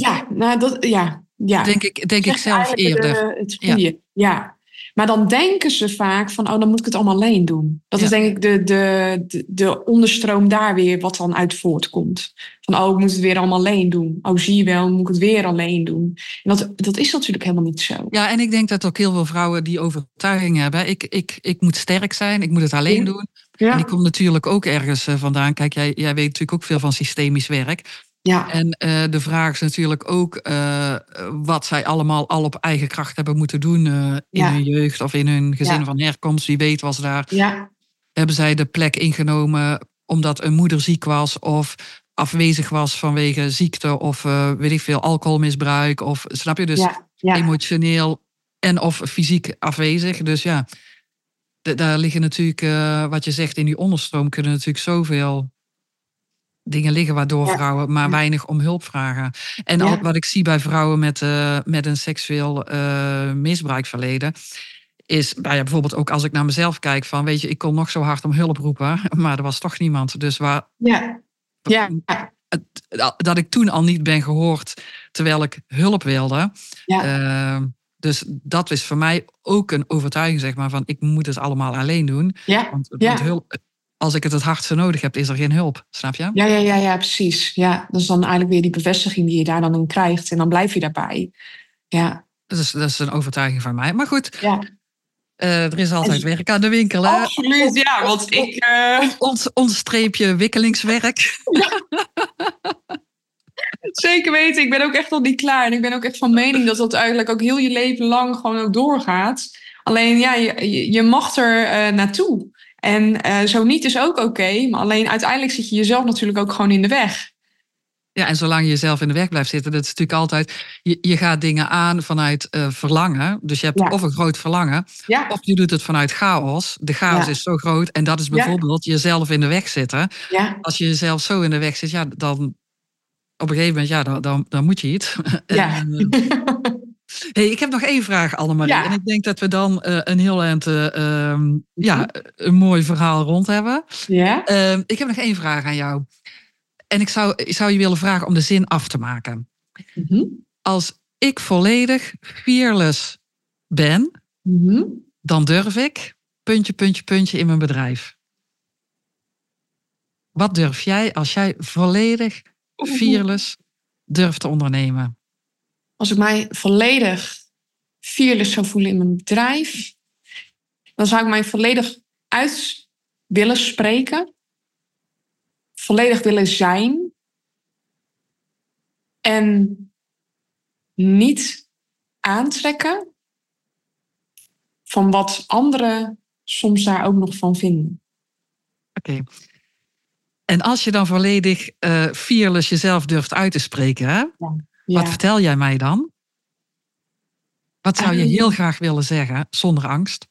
Denk ik zelf eerder. Het goede, ja. Maar dan denken ze vaak van, dan moet ik het allemaal alleen doen. Dat is denk ik de onderstroom daar weer wat dan uit voortkomt. Van, ik moet het weer allemaal alleen doen. Zie je wel, moet ik het weer alleen doen. En dat is natuurlijk helemaal niet zo. Ja, en ik denk dat ook heel veel vrouwen die overtuiging hebben. Ik moet sterk zijn, ik moet het alleen doen. Ja. En die komt natuurlijk ook ergens vandaan. Kijk, jij weet natuurlijk ook veel van systemisch werk. Ja. En de vraag is natuurlijk ook wat zij allemaal al op eigen kracht hebben moeten doen in hun jeugd of in hun gezin van herkomst. Wie weet was daar. Ja. Hebben zij de plek ingenomen omdat een moeder ziek was of afwezig was vanwege ziekte of weet ik veel, alcoholmisbruik of snap je? Dus emotioneel en of fysiek afwezig. Dus ja, daar liggen natuurlijk, wat je zegt in die onderstroom, kunnen natuurlijk zoveel dingen liggen waardoor vrouwen maar weinig om hulp vragen. En wat ik zie bij vrouwen met een seksueel misbruikverleden is bijvoorbeeld ook als ik naar mezelf kijk van, weet je, ik kon nog zo hard om hulp roepen, maar er was toch niemand. Dus dat ik toen al niet ben gehoord terwijl ik hulp wilde. Ja. Dus dat is voor mij ook een overtuiging, zeg maar, van ik moet het allemaal alleen doen. Ja. Want hulp, als ik het hardste nodig heb, is er geen hulp. Snap je? Ja, precies. Ja, dat is dan eigenlijk weer die bevestiging die je daar dan in krijgt. En dan blijf je daarbij. Ja. Dat is een overtuiging van mij. Maar goed, er is altijd werk aan de winkel. Hè? Absoluut, ja. Want ik... Ons streepje wikkelingswerk. Zeker weten. Ik ben ook echt nog niet klaar. En ik ben ook echt van mening dat dat eigenlijk ook heel je leven lang gewoon ook doorgaat. Alleen, je mag er naartoe. En zo niet is ook oké. Maar alleen uiteindelijk zit je jezelf natuurlijk ook gewoon in de weg. Ja, en zolang je jezelf in de weg blijft zitten, dat is natuurlijk altijd, je gaat dingen aan vanuit verlangen. Dus je hebt of een groot verlangen, of je doet het vanuit chaos. De chaos is zo groot en dat is bijvoorbeeld jezelf in de weg zitten. Ja. Als je jezelf zo in de weg zit, dan op een gegeven moment, dan moet je iets. Ja. Hey, ik heb nog één vraag, Annemarie. Ja. En ik denk dat we dan een heel eind een mooi verhaal rond hebben. Ja. Ik heb nog één vraag aan jou. En ik zou je willen vragen om de zin af te maken. Mm-hmm. Als ik volledig fearless ben, Mhm. dan durf ik, puntje, puntje, puntje in mijn bedrijf. Wat durf jij als jij volledig fearless durft te ondernemen? Als ik mij volledig fearless zou voelen in mijn bedrijf, dan zou ik mij volledig uit willen spreken. Volledig willen zijn. En niet aantrekken van wat anderen soms daar ook nog van vinden. Oké. En als je dan volledig fearless jezelf durft uit te spreken, hè? Ja. Wat vertel jij mij dan? Wat zou je heel graag willen zeggen zonder angst?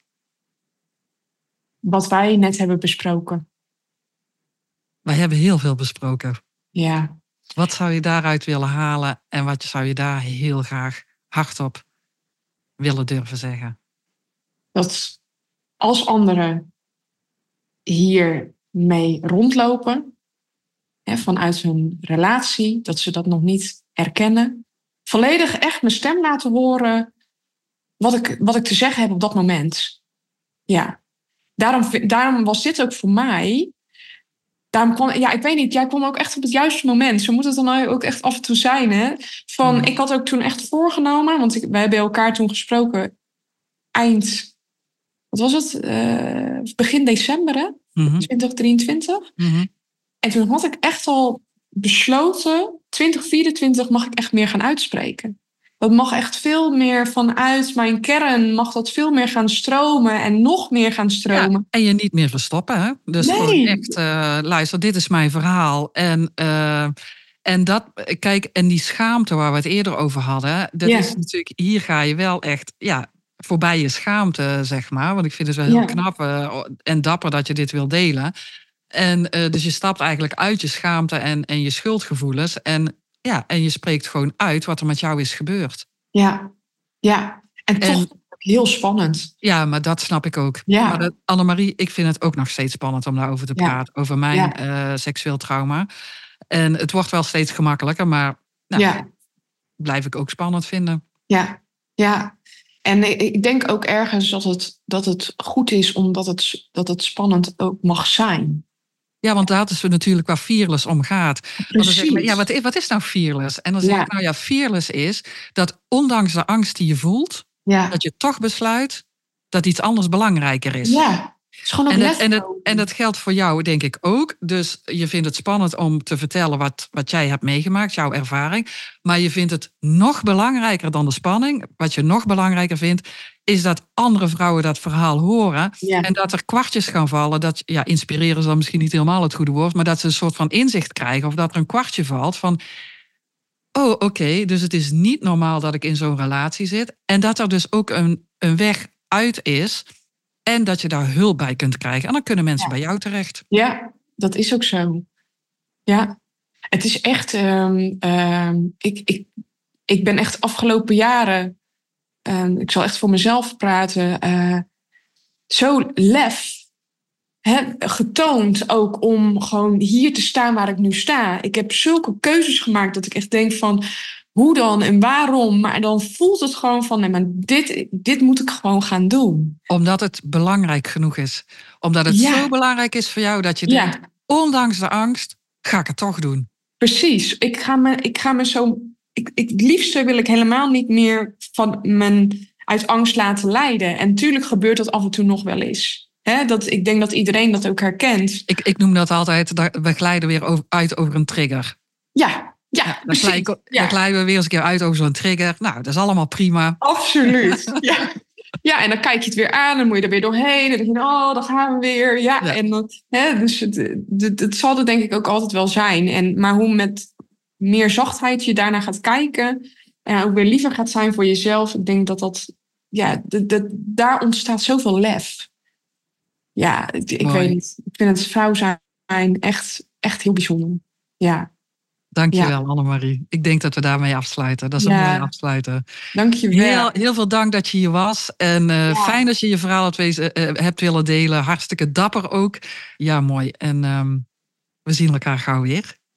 Wat wij net hebben besproken. Wij hebben heel veel besproken. Ja. Wat zou je daaruit willen halen en wat zou je daar heel graag hardop willen durven zeggen? Dat als anderen hiermee rondlopen, vanuit hun relatie, dat ze dat nog niet erkennen, volledig echt mijn stem laten horen wat ik te zeggen heb op dat moment. Ja. Daarom was dit ook voor mij. Ik weet niet, jij kwam ook echt op het juiste moment. Zo moet het dan ook echt af en toe zijn. Hè? Ik had ook toen echt voorgenomen, want wij hebben elkaar toen gesproken wat was het? Begin december, hè? 2023. Mm-hmm. En toen had ik echt al besloten, 2024 mag ik echt meer gaan uitspreken. Dat mag echt veel meer vanuit mijn kern, mag dat veel meer gaan stromen en nog meer gaan stromen. Ja, en je niet meer verstoppen, hè? Dus gewoon echt, luister, dit is mijn verhaal. En dat, kijk, en die schaamte waar we het eerder over hadden, dat is natuurlijk, hier ga je wel echt, voorbij je schaamte, zeg maar. Want ik vind het wel heel knap en dapper dat je dit wil delen. En dus je stapt eigenlijk uit je schaamte en je schuldgevoelens. En je spreekt gewoon uit wat er met jou is gebeurd. Ja. En toch heel spannend. Ja, maar dat snap ik ook. Ja. Maar Annemarie, ik vind het ook nog steeds spannend om daarover te praten. Over mijn seksueel trauma. En het wordt wel steeds gemakkelijker, maar blijf ik ook spannend vinden. Ja. En ik denk ook ergens dat het goed is, omdat het spannend ook mag zijn. Ja, want dat is natuurlijk waar fearless om gaat. Want dan zeg je, wat is nou fearless? En dan zeg ik, fearless is dat ondanks de angst die je voelt, dat je toch besluit dat iets anders belangrijker is. Ja, het is gewoon ook en dat geldt voor jou, denk ik ook. Dus je vindt het spannend om te vertellen wat jij hebt meegemaakt, jouw ervaring. Maar je vindt het nog belangrijker dan de spanning. Wat je nog belangrijker vindt, is dat andere vrouwen dat verhaal horen. Ja. En dat er kwartjes gaan vallen. Dat, inspireren is dan misschien niet helemaal het goede woord. Maar dat ze een soort van inzicht krijgen. Of dat er een kwartje valt van, oh, oké, dus het is niet normaal dat ik in zo'n relatie zit. En dat er dus ook een weg uit is. En dat je daar hulp bij kunt krijgen. En dan kunnen mensen bij jou terecht. Ja, dat is ook zo. Ja, het is echt... ik ben echt afgelopen jaren... ik zal echt voor mezelf praten. Zo lef getoond ook om gewoon hier te staan waar ik nu sta. Ik heb zulke keuzes gemaakt dat ik echt denk van... hoe dan en waarom? Maar dan voelt het gewoon van... nee, maar dit moet ik gewoon gaan doen. Omdat het belangrijk genoeg is. Omdat het zo belangrijk is voor jou dat je denkt... ondanks de angst, ga ik het toch doen. Precies. Ik ga me zo... Het liefste wil ik helemaal niet meer van mijn uit angst laten leiden. En natuurlijk gebeurt dat af en toe nog wel eens. Ik denk dat iedereen dat ook herkent. Ik noem dat altijd, we glijden weer uit over een trigger. Ja, dan glijden we weer eens een keer uit over zo'n trigger. Nou, dat is allemaal prima. Absoluut, Ja, en dan kijk je het weer aan, dan moet je er weer doorheen. En dan denk je, dan gaan we weer. Ja. En dan, dus het zal er denk ik ook altijd wel zijn. Maar hoe met meer zachtheid je daarna gaat kijken... en ook weer liever gaat zijn voor jezelf... ik denk dat daar ontstaat zoveel lef. Ja, ik weet niet. Ik vind het vrouw zijn echt heel bijzonder. Ja. Dankjewel, Annemarie. Ik denk dat we daarmee afsluiten. Dat is een mooie afsluiter. Dankjewel. Heel veel dank dat je hier was. En fijn dat je je verhaal hebt willen delen. Hartstikke dapper ook. Ja, mooi. En we zien elkaar gauw weer.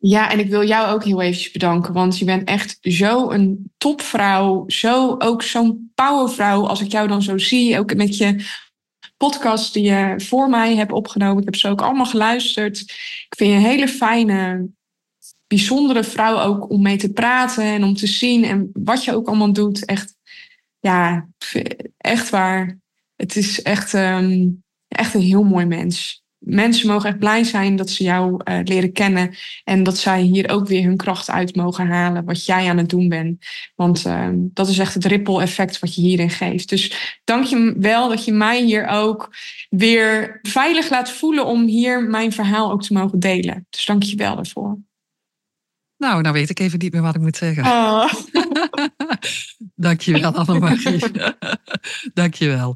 Ja, en ik wil jou ook heel eventjes bedanken. Want je bent echt zo een topvrouw. Ook zo'n powervrouw als ik jou dan zo zie. Ook met je podcast die je voor mij hebt opgenomen. Ik heb ze ook allemaal geluisterd. Ik vind je een hele fijne, bijzondere vrouw ook om mee te praten. En om te zien en wat je ook allemaal doet. Echt, ja, echt waar. Het is echt een heel mooi mens. Mensen mogen echt blij zijn dat ze jou leren kennen. En dat zij hier ook weer hun kracht uit mogen halen. Wat jij aan het doen bent. Want dat is echt het ripple effect wat je hierin geeft. Dus dank je wel dat je mij hier ook weer veilig laat voelen. Om hier mijn verhaal ook te mogen delen. Dus dank je wel daarvoor. Nou weet ik even niet meer wat ik moet zeggen. Oh. Dankjewel, Annemarie. Dankjewel.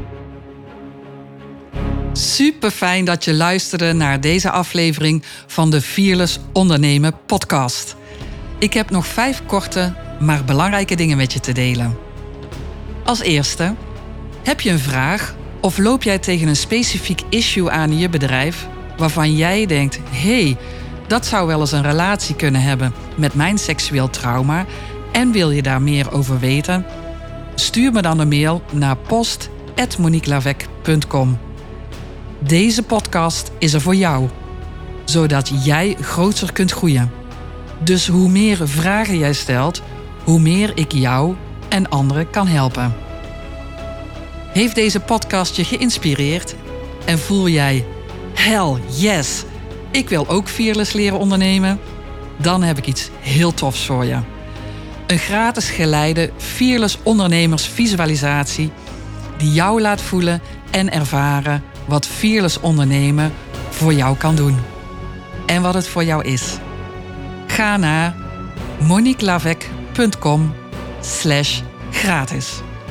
Super fijn dat je luisterde naar deze aflevering van de Fearless Ondernemen podcast. Ik heb nog 5 korte, maar belangrijke dingen met je te delen. Als eerste, heb je een vraag of loop jij tegen een specifiek issue aan in je bedrijf waarvan jij denkt, hé, dat zou wel eens een relatie kunnen hebben met mijn seksueel trauma en wil je daar meer over weten? Stuur me dan een mail naar post@moniquelavec.com. Deze podcast is er voor jou, zodat jij groter kunt groeien. Dus hoe meer vragen jij stelt, hoe meer ik jou en anderen kan helpen. Heeft deze podcast je geïnspireerd en voel jij, hell yes, ik wil ook fearless leren ondernemen? Dan heb ik iets heel tofs voor je. Een gratis geleide Fearless Ondernemers visualisatie die jou laat voelen en ervaren wat fearless ondernemen voor jou kan doen. En wat het voor jou is. Ga naar moniquelavec.com/gratis.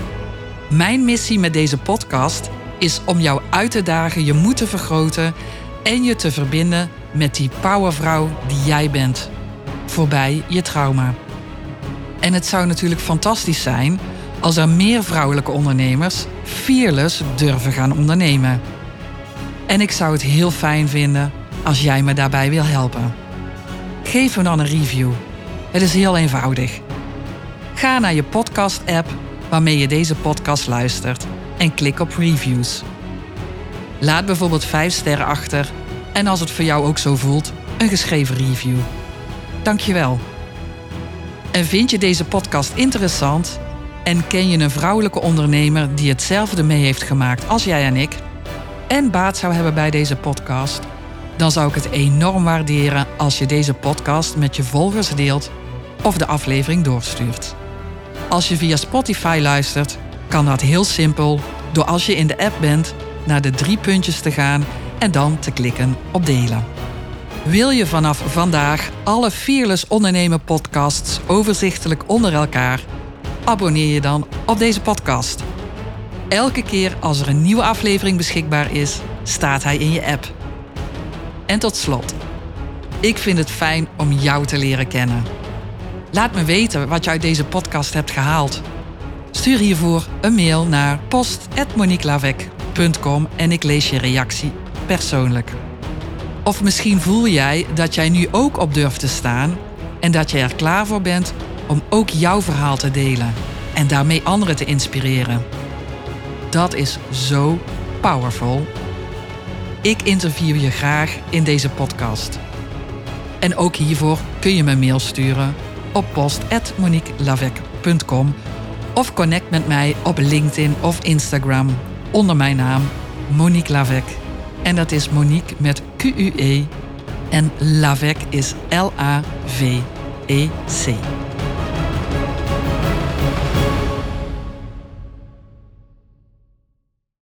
Mijn missie met deze podcast is om jou uit te dagen je moed te vergroten en je te verbinden met die powervrouw die jij bent. Voorbij je trauma. En het zou natuurlijk fantastisch zijn als er meer vrouwelijke ondernemers fearless durven gaan ondernemen. En ik zou het heel fijn vinden als jij me daarbij wil helpen. Geef me dan een review. Het is heel eenvoudig. Ga naar je podcast-app waarmee je deze podcast luistert en klik op reviews. Laat bijvoorbeeld 5 sterren achter en als het voor jou ook zo voelt, een geschreven review. Dankjewel. En vind je deze podcast interessant en ken je een vrouwelijke ondernemer die hetzelfde mee heeft gemaakt als jij en ik en baat zou hebben bij deze podcast, dan zou ik het enorm waarderen als je deze podcast met je volgers deelt of de aflevering doorstuurt. Als je via Spotify luistert, kan dat heel simpel door als je in de app bent naar de 3 puntjes te gaan en dan te klikken op delen. Wil je vanaf vandaag alle Fearless Ondernemen podcasts overzichtelijk onder elkaar? Abonneer je dan op deze podcast. Elke keer als er een nieuwe aflevering beschikbaar is, staat hij in je app. En tot slot, ik vind het fijn om jou te leren kennen. Laat me weten wat je uit deze podcast hebt gehaald. Stuur hiervoor een mail naar post@moniquelavec.com en ik lees je reactie persoonlijk. Of misschien voel jij dat jij nu ook op durft te staan en dat je er klaar voor bent om ook jouw verhaal te delen en daarmee anderen te inspireren. Dat is zo powerful. Ik interview je graag in deze podcast. En ook hiervoor kun je me een mail sturen op post@moniquelavec.com of connect met mij op LinkedIn of Instagram onder mijn naam Monique Lavec. En dat is Monique met Q-U-E en Lavec is L-A-V-E-C.